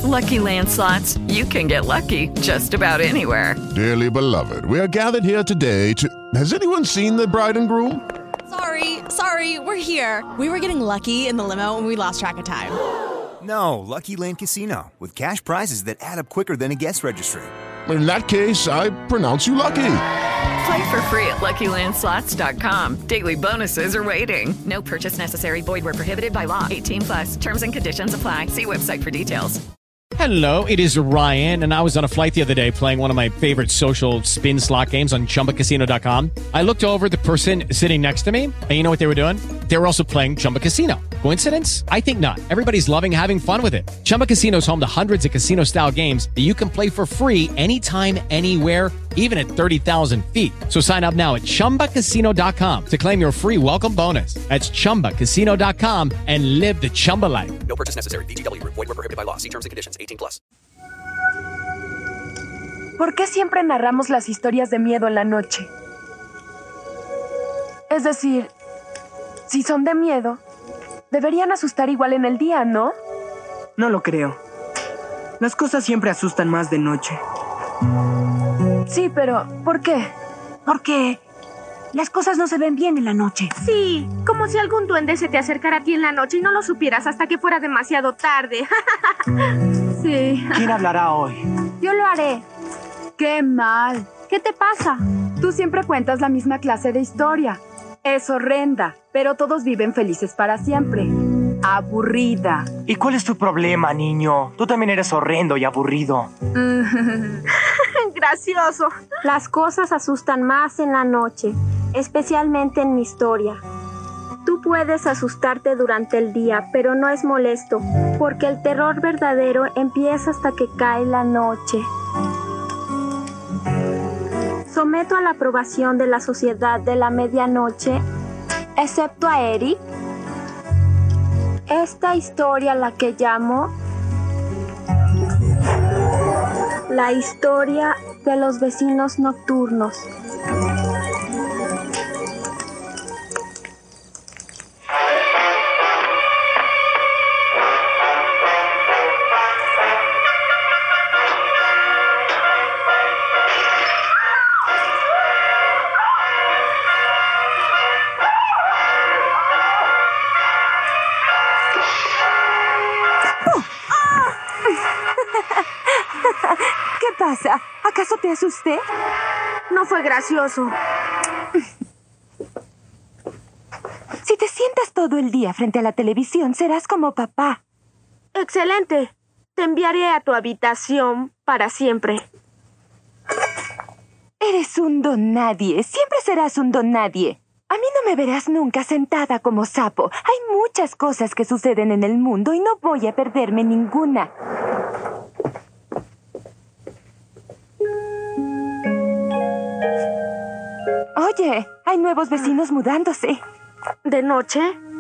Lucky Land Slots, you can get lucky just about anywhere. Dearly beloved, we are gathered here today to... Has anyone seen the bride and groom? Sorry, we're here. We were getting lucky in the limo and we lost track of time. No, Lucky Land Casino, with cash prizes that add up quicker than a guest registry. In that case, I pronounce you lucky. Play for free at LuckyLandSlots.com. Daily bonuses are waiting. No purchase necessary. Void where prohibited by law. 18+. Terms and conditions apply. See website for details. Hello, it is Ryan, and I was on a flight the other day playing one of my favorite social spin slot games on ChumbaCasino.com. I looked over at the person sitting next to me, and you know what they were doing? They were also playing Chumba Casino. Coincidence? I think not. Everybody's loving having fun with it. Chumba Casino is home to hundreds of casino-style games that you can play for free anytime, anywhere, even at 30,000 feet. So sign up now at ChumbaCasino.com to claim your free welcome bonus. That's ChumbaCasino.com and live the Chumba life. No purchase necessary. VGW. Void where prohibited by law. See terms and conditions. 18+. ¿Por qué siempre narramos las historias de miedo en la noche? Es decir, si son de miedo, deberían asustar igual en el día, ¿no? No lo creo. Las cosas siempre asustan más de noche. Sí, pero ¿por qué? Porque las cosas no se ven bien en la noche. Sí, como si algún duende se te acercara a ti en la noche y no lo supieras hasta que fuera demasiado tarde. Sí. ¿Quién hablará hoy? Yo lo haré. ¡Qué mal! ¿Qué te pasa? Tú siempre cuentas la misma clase de historia. Es horrenda, pero todos viven felices para siempre. Aburrida. ¿Y cuál es tu problema, niño? Tú también eres horrendo y aburrido. Gracioso. Las cosas asustan más en la noche, especialmente en mi historia. Tú puedes asustarte durante el día, pero no es molesto, porque el terror verdadero empieza hasta que cae la noche. Someto a la aprobación de la sociedad de la medianoche, excepto a Eric, esta historia la que llamo la historia de los vecinos nocturnos. ¿Qué pasa? ¿Acaso te asusté? No fue gracioso. Si te sientas todo el día frente a la televisión, serás como papá. Excelente. Te enviaré a tu habitación para siempre. Eres un don nadie. Siempre serás un don nadie. A mí no me verás nunca sentada como sapo. Hay muchas cosas que suceden en el mundo y no voy a perderme ninguna. Oye, hay nuevos vecinos mudándose. ¿De noche?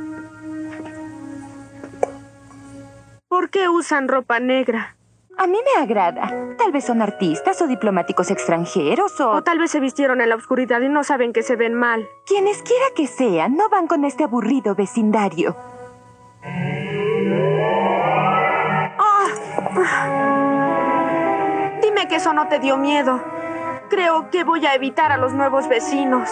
¿Por qué usan ropa negra? A mí me agrada. Tal vez son artistas o diplomáticos extranjeros O tal vez se vistieron en la oscuridad y no saben que se ven mal. Quienes quiera que sean, no van con este aburrido vecindario. Dime que eso no te dio miedo. Creo que voy a evitar a los nuevos vecinos.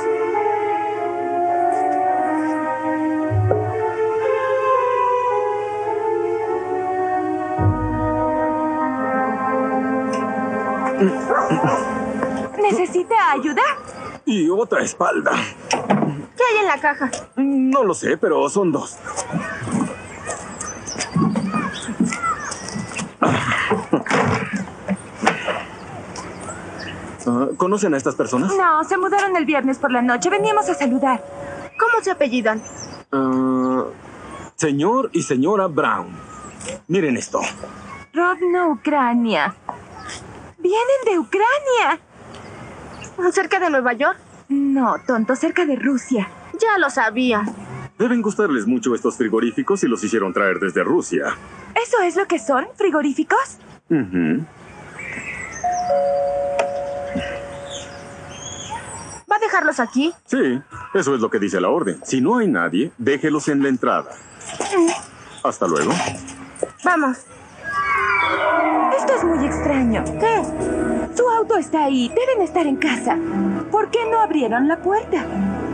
¿Necesita ayuda? Y otra espalda. ¿Qué hay en la caja? No lo sé, pero son dos. ¿Conocen a estas personas? No, se mudaron el viernes por la noche. Veníamos a saludar. ¿Cómo se apellidan? Señor y señora Brown. Miren esto. Rodno, Ucrania. ¡Vienen de Ucrania! ¿Cerca de Nueva York? No, tonto, cerca de Rusia. Ya lo sabía. Deben gustarles mucho estos frigoríficos y los hicieron traer desde Rusia. ¿Eso es lo que son? ¿Frigoríficos? ¿Va a dejarlos aquí? Sí, eso es lo que dice la orden. Si no hay nadie, déjelos en la entrada. Hasta luego. Vamos. es muy extraño. ¿Qué? Su auto está ahí. Deben estar en casa. ¿Por qué no abrieron la puerta?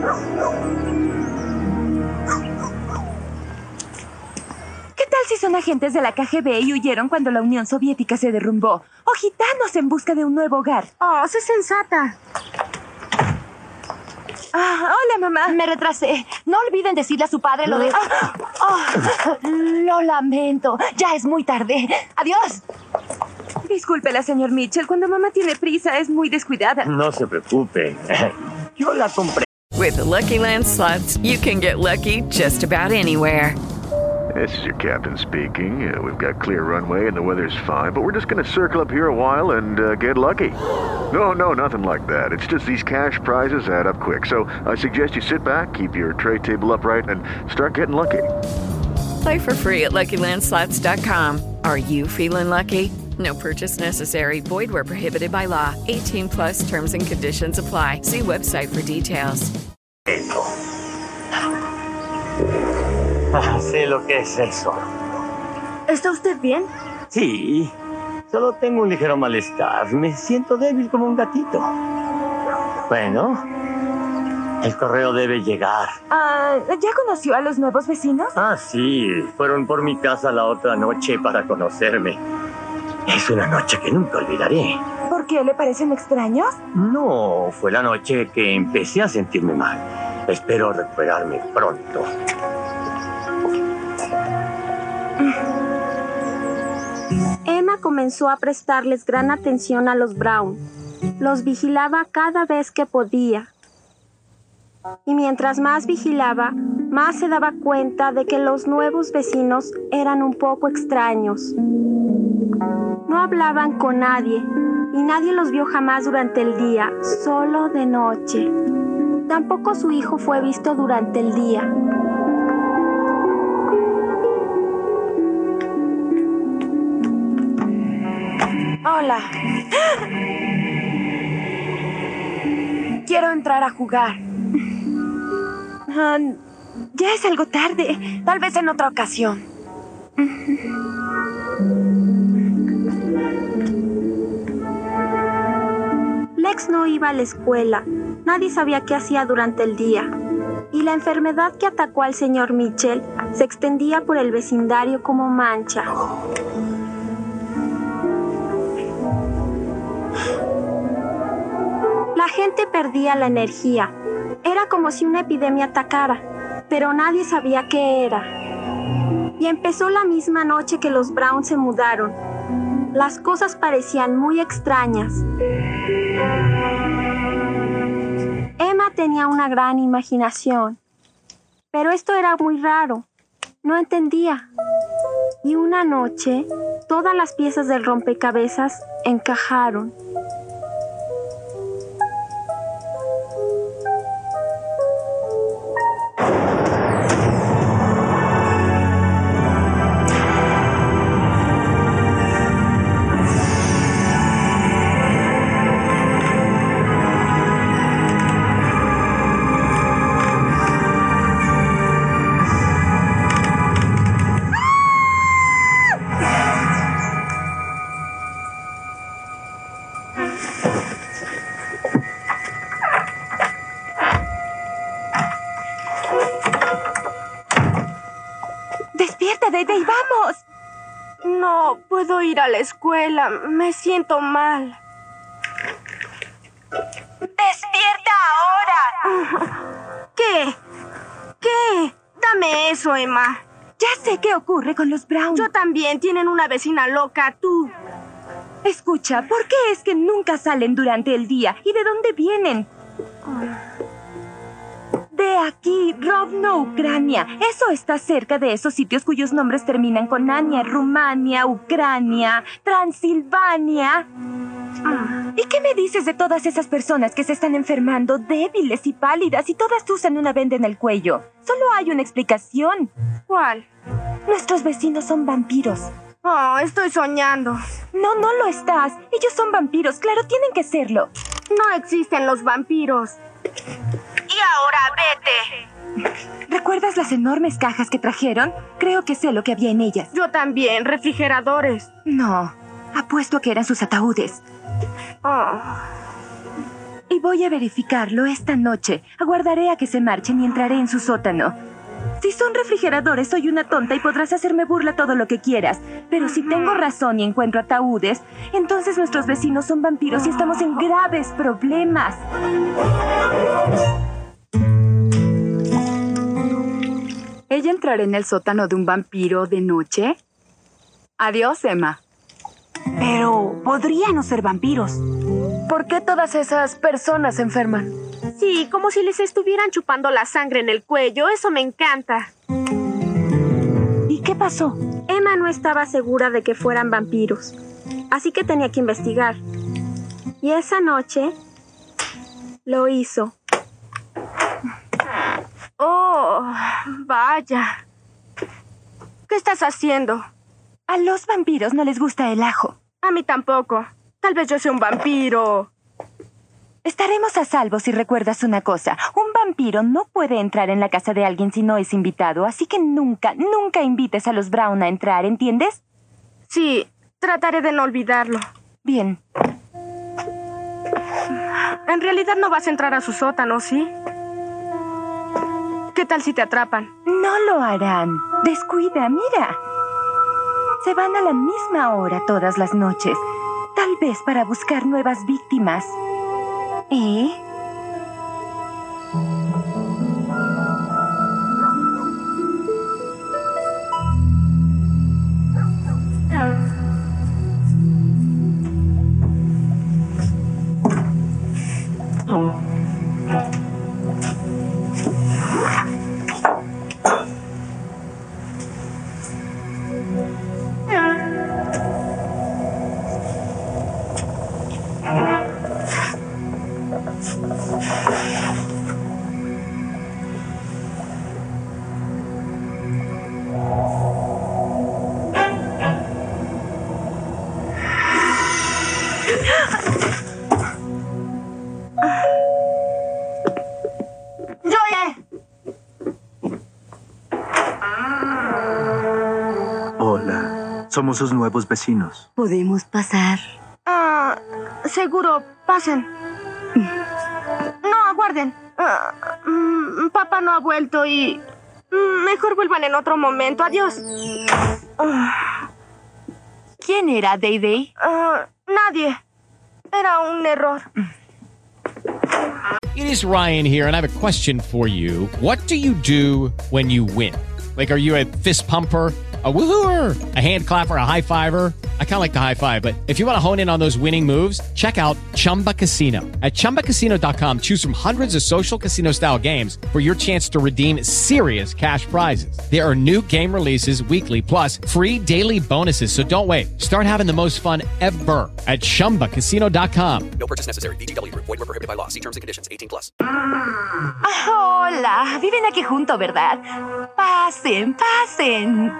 ¿Qué tal si son agentes de la KGB y huyeron cuando la Unión Soviética se derrumbó? O gitanos en busca de un nuevo hogar. Oh, sé sensata. Hola, mamá. Me retrasé. No olviden decirle a su padre lo de... lo lamento. Ya es muy tarde. Adiós. Discúlpela, señor Mitchell. Cuando mamá tiene prisa, es muy descuidada. No se preocupe. Yo la compré. With the Lucky Land Slots, you can get lucky just about anywhere. This is your captain speaking. We've got clear runway and the weather's fine, but we're just going to circle up here a while and get lucky. No, nothing like that. It's just these cash prizes add up quick. So I suggest you sit back, keep your tray table upright, and start getting lucky. Play for free at LuckyLandSlots.com. Are you feeling lucky? No purchase necessary. Void where prohibited by law. 18 plus terms and conditions apply. See website for details. Sé lo que es eso. ¿Está usted bien? Sí, solo tengo un ligero malestar. Me siento débil como un gatito. Bueno, el correo debe llegar. ¿Ya conoció a los nuevos vecinos? Sí, fueron por mi casa la otra noche para conocerme. Es una noche que nunca olvidaré. ¿Por qué? ¿Le parecen extraños? No, fue la noche que empecé a sentirme mal. Espero recuperarme pronto. Emma comenzó a prestarles gran atención a los Brown. Los vigilaba cada vez que podía. Y mientras más vigilaba, más se daba cuenta de que los nuevos vecinos eran un poco extraños. No hablaban con nadie, y nadie los vio jamás durante el día, solo de noche. Tampoco su hijo fue visto durante el día. Hola. Quiero entrar a jugar. Ya es algo tarde. Tal vez en otra ocasión. Lex no iba a la escuela. Nadie sabía qué hacía durante el día. Y la enfermedad que atacó al señor Mitchell se extendía por el vecindario como mancha. La gente perdía la energía. Era como si una epidemia atacara, pero nadie sabía qué era. Y empezó la misma noche que los Brown se mudaron. Las cosas parecían muy extrañas. Emma tenía una gran imaginación, pero esto era muy raro. No entendía. Y una noche, todas las piezas del rompecabezas encajaron. ¡Despierta, Day-Day! ¡Vamos! No puedo ir a la escuela. Me siento mal. ¡Despierta ahora! ¿Qué? ¿Qué? Dame eso, Emma. Ya sé qué ocurre con los Brown. Yo también. Tienen una vecina loca, tú. Escucha, ¿por qué es que nunca salen durante el día? ¿Y de dónde vienen? De aquí, Rovno, Ucrania. Eso está cerca de esos sitios cuyos nombres terminan con Ania, Rumania, Ucrania, Transilvania. ¿Y qué me dices de todas esas personas que se están enfermando, débiles y pálidas, y todas usan una venda en el cuello? Solo hay una explicación. ¿Cuál? Nuestros vecinos son vampiros. Oh, estoy soñando. No, no lo estás. Ellos son vampiros. Claro, tienen que serlo. No existen los vampiros. Y ahora vete. ¿Recuerdas las enormes cajas que trajeron? Creo que sé lo que había en ellas. Yo también, refrigeradores. No, Apuesto a que eran sus ataúdes. Y voy a verificarlo esta noche. Aguardaré a que se marchen y entraré en su sótano. Si son refrigeradores, soy una tonta y podrás hacerme burla todo lo que quieras. Pero si tengo razón y encuentro ataúdes, entonces nuestros vecinos son vampiros y estamos en graves problemas. ¿Ella entrará en el sótano de un vampiro de noche? Adiós, Emma. Pero podrían no ser vampiros. ¿Por qué todas esas personas se enferman? Sí, como si les estuvieran chupando la sangre en el cuello. Eso me encanta. ¿Y qué pasó? Emma no estaba segura de que fueran vampiros, así que tenía que investigar. Y esa noche lo hizo. Oh, vaya. ¿Qué estás haciendo? A los vampiros no les gusta el ajo. A mí tampoco. Tal vez yo sea un vampiro. Estaremos a salvo si recuerdas una cosa. Un vampiro no puede entrar en la casa de alguien si no es invitado, así que nunca, nunca invites a los Brown a entrar, ¿entiendes? Sí, trataré de no olvidarlo. Bien. En realidad no vas a entrar a su sótano, ¿sí? ¿Qué tal si te atrapan? No lo harán. Descuida, mira. Se van a la misma hora todas las noches. Tal vez para buscar nuevas víctimas. ¿Y? Hola, somos sus nuevos vecinos. ¿Podemos pasar? Seguro, pasen. No, aguarden. Papá no ha vuelto y... mejor vuelvan en otro momento. Adiós. ¿Quién era, Day? Nadie. Era un error. It is Ryan here, and I have a question for you. What do you do when you win? Like, are you a fist pumper, a woohooer, a hand clapper, a high fiver? I kind of like the high five, but if you want to hone in on those winning moves, check out Chumba Casino. At ChumbaCasino.com, choose from hundreds of social casino-style games for your chance to redeem serious cash prizes. There are new game releases weekly, plus free daily bonuses. So don't wait. Start having the most fun ever at ChumbaCasino.com. No purchase necessary. VGW. Void where prohibited by law. See terms and conditions. 18+. Hola, viven aquí junto, ¿verdad? Pasen, pasen.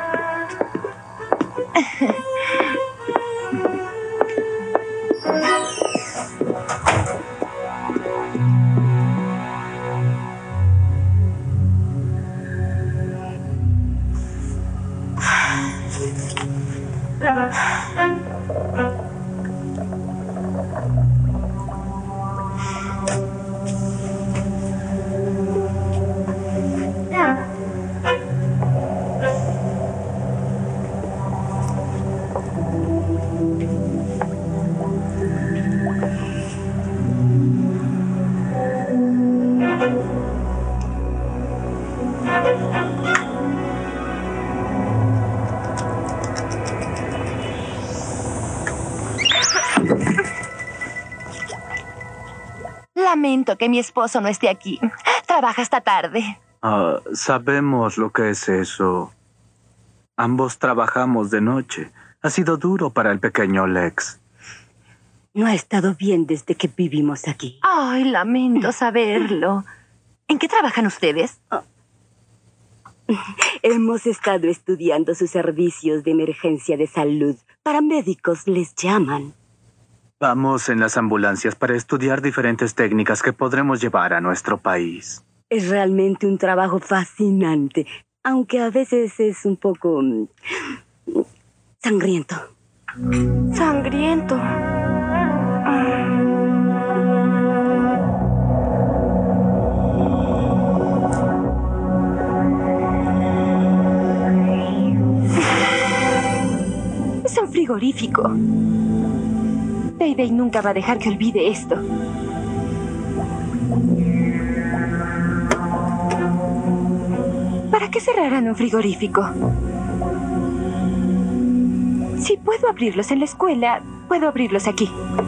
Lamento que mi esposo no esté aquí. Trabaja hasta tarde. Sabemos lo que es eso. Ambos trabajamos de noche. Ha sido duro para el pequeño Lex. No ha estado bien desde que vivimos aquí. Ay, lamento saberlo. ¿En qué trabajan ustedes? Hemos estado estudiando sus servicios de emergencia de salud. Paramédicos les llaman. Vamos en las ambulancias para estudiar diferentes técnicas que podremos llevar a nuestro país. Es realmente un trabajo fascinante, aunque a veces es un poco sangriento. Sangriento. Es un frigorífico. Day nunca va a dejar que olvide esto. ¿Para qué cerrarán un frigorífico? Si puedo abrirlos en la escuela, puedo abrirlos aquí.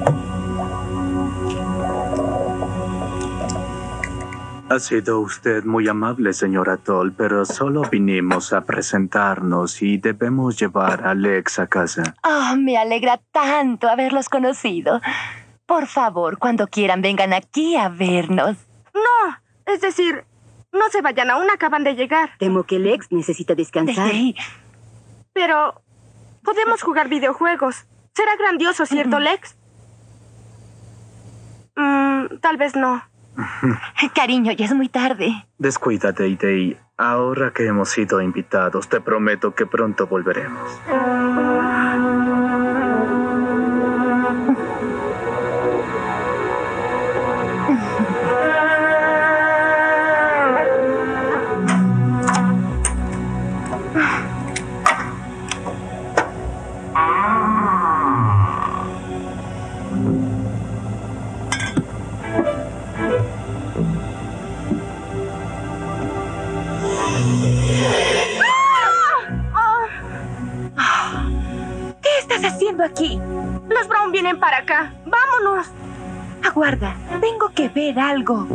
Ha sido usted muy amable, señora Toll, pero solo vinimos a presentarnos y debemos llevar a Lex a casa. Oh, me alegra tanto haberlos conocido. Por favor, cuando quieran, vengan aquí a vernos. No, es decir, no se vayan, aún acaban de llegar. Temo que Lex necesita descansar. Pero podemos jugar videojuegos. Será grandioso, ¿cierto, Lex? Tal vez no. Cariño, ya es muy tarde. Descuida, Day. Ahora que hemos sido invitados, te prometo que pronto volveremos. Aquí. Los Brown vienen para acá. ¡Vámonos! Aguarda, tengo que ver algo.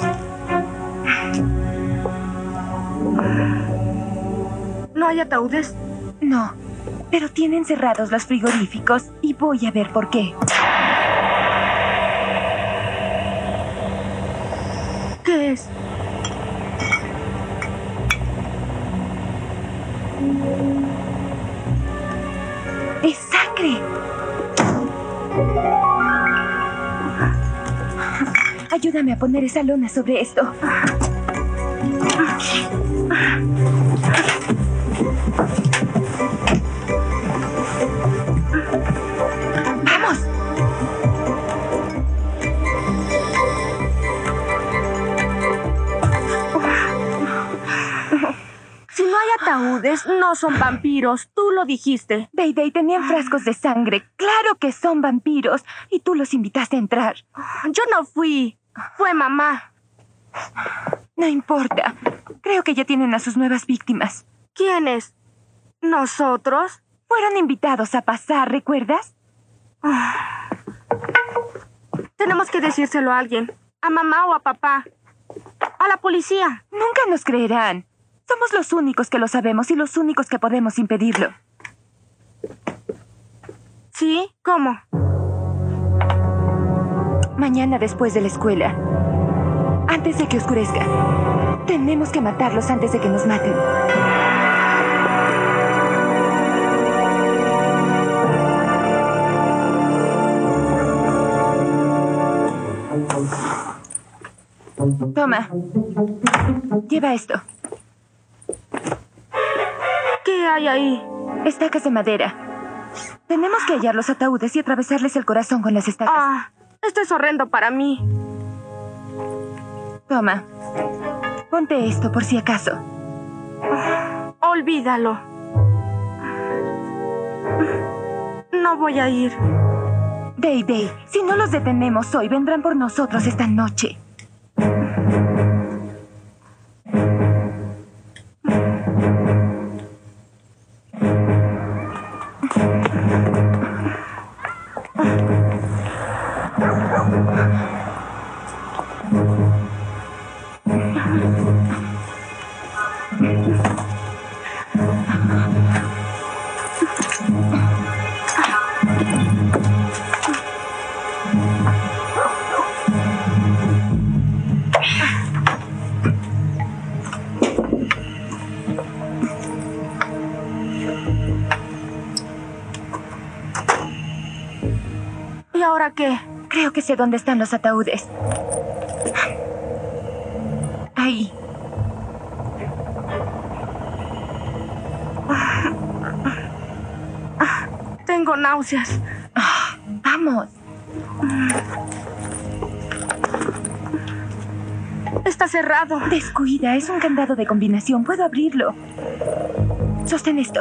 ¿No hay ataúdes? No, pero tienen cerrados los frigoríficos y voy a ver por qué. ¿Qué es? ¡Es sangre! Ayúdame a poner esa lona sobre esto. ¡Vamos! Si no hay ataúdes, no son vampiros. Tú lo dijiste. Day, tenían frascos de sangre. ¡Claro que son vampiros! Y tú los invitaste a entrar. Yo no fui. Fue mamá. No importa. Creo que ya tienen a sus nuevas víctimas. ¿Quiénes? ¿Nosotros? Fueron invitados a pasar, ¿recuerdas? Tenemos que decírselo a alguien. A mamá o a papá. A la policía. Nunca nos creerán. Somos los únicos que lo sabemos y los únicos que podemos impedirlo. ¿Sí? ¿Cómo? Mañana después de la escuela. Antes de que oscurezca. Tenemos que matarlos antes de que nos maten. Toma. Lleva esto. ¿Qué hay ahí? Estacas de madera. Tenemos que hallar los ataúdes y atravesarles el corazón con las estacas. Esto es horrendo para mí. Toma. Ponte esto por si acaso. Olvídalo. No voy a ir. Day, si no los detenemos hoy, vendrán por nosotros esta noche. ¿Y ahora qué? Creo que sé dónde están los ataúdes. Ahí. Tengo náuseas. Vamos. Está cerrado. Descuida, es un candado de combinación. Puedo abrirlo. Sostén esto.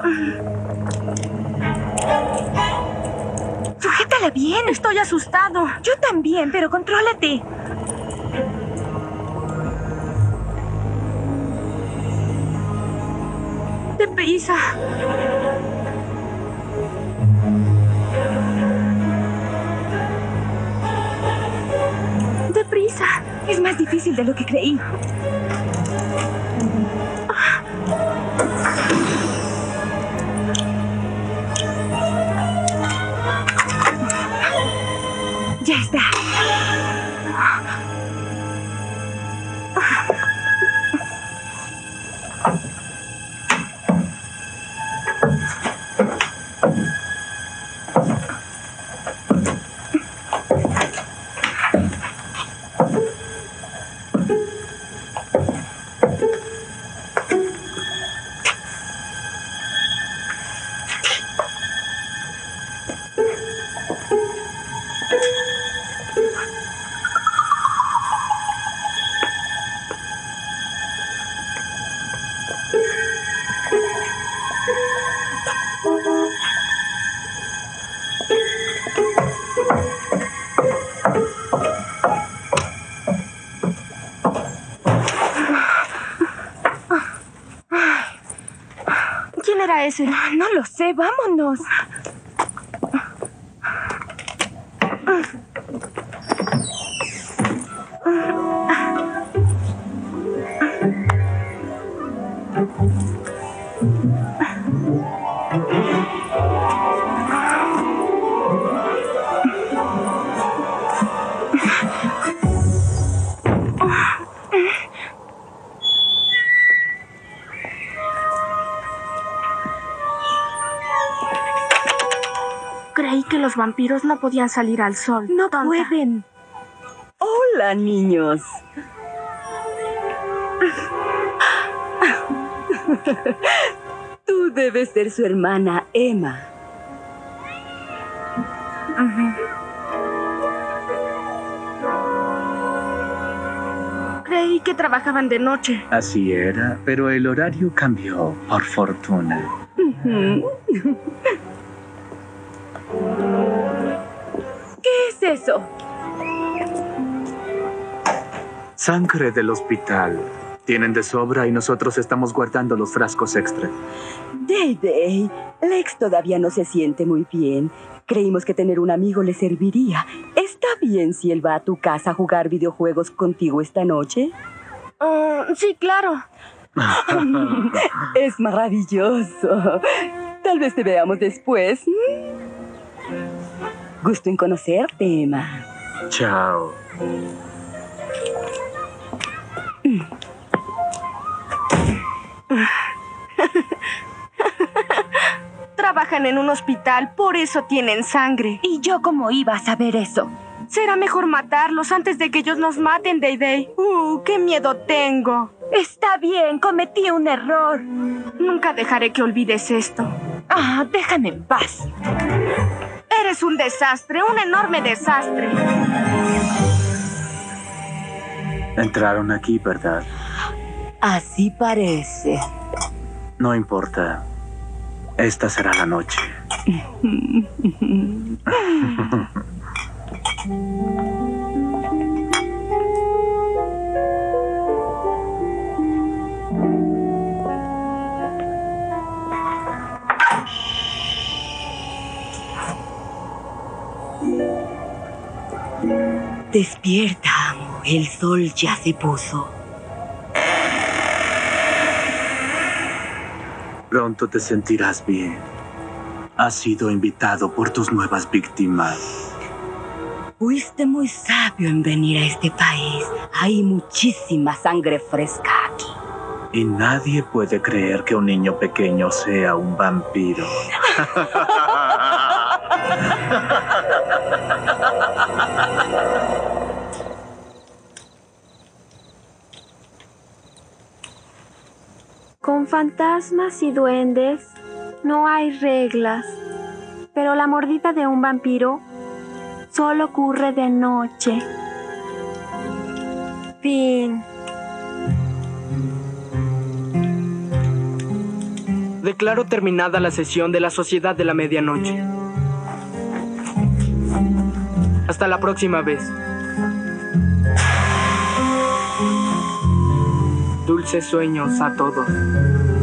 Sujétala bien. Estoy asustado. Yo también, pero contrólate. Deprisa. Deprisa. Es más difícil de lo que creí. Ya está. ¿Quién era ese? No lo sé, vámonos. Creí que los vampiros no podían salir al sol. No Tonta. pueden. Hola, niños. Tú debes ser su hermana Emma. Creí que trabajaban de noche. Así era, pero el horario cambió, por fortuna. ¿Qué es eso? Sangre del hospital. Tienen de sobra y nosotros estamos guardando los frascos extra. Day, Lex todavía no se siente muy bien. Creímos que tener un amigo le serviría. ¿Está bien si él va a tu casa a jugar videojuegos contigo esta noche? Sí, claro. Es maravilloso. Tal vez te veamos después. Gusto en conocerte, Emma. Chao. Trabajan en un hospital, por eso tienen sangre. ¿Y yo cómo iba a saber eso? Será mejor matarlos antes de que ellos nos maten, Day. ¡Qué miedo tengo! Está bien, cometí un error. Nunca dejaré que olvides esto. Déjame en paz. Eres un desastre, un enorme desastre. Entraron aquí, ¿verdad? Así parece. No importa. Esta será la noche. Despierta, amo. El sol ya se puso. Pronto te sentirás bien. Has sido invitado por tus nuevas víctimas. Fuiste muy sabio en venir a este país. Hay muchísima sangre fresca aquí. Y nadie puede creer que un niño pequeño sea un vampiro. Con fantasmas y duendes no hay reglas, Pero la mordida de un vampiro solo ocurre de noche. Fin. Declaro terminada la sesión de la Sociedad de la Medianoche. Hasta la próxima vez. Dulces sueños a todos.